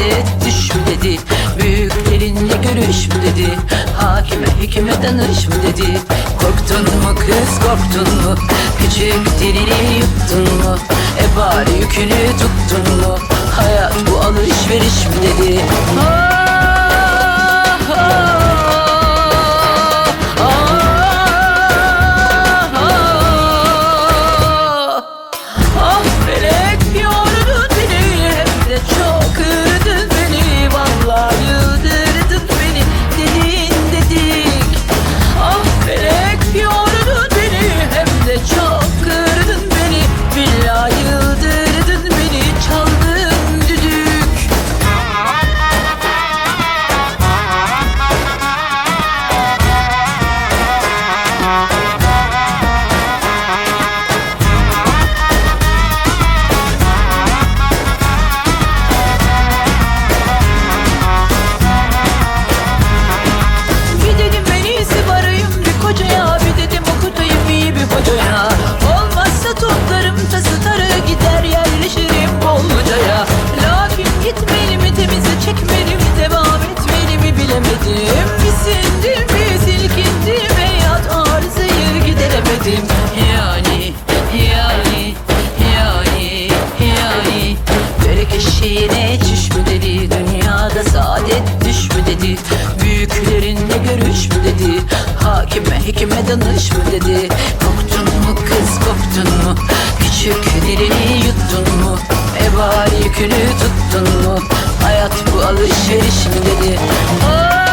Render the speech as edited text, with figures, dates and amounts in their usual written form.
saadet düş mü dedi. Büyüklerinle görüş mü dedi. Hakime hekime danış mı dedi. Korktun mu kız korktun mu? Küçük dilini yuttun mu? Bari yükünü tuttun mu? Hayat bu alışveriş mi dedi. Olmazsa toplarım tası tarı gider yerleşirim Bolluca'ya. Lakin gitmeli mi temize çekmeli mi devam etmeli mi bilemedim. Bir sindim bir silkindim hayat arızayı gideremedim. Yani börek eşeğine çüş mü dedi. Dünyada saadet düş mü dedi. Büyüklerinle görüş mü dedi. Hakime hekime danış mı dedi. Korktun mu kız korktun mu? Küçük dilini yuttun mu? Bari yükünü tuttun mu? Hayat bu alışveriş mi dedi.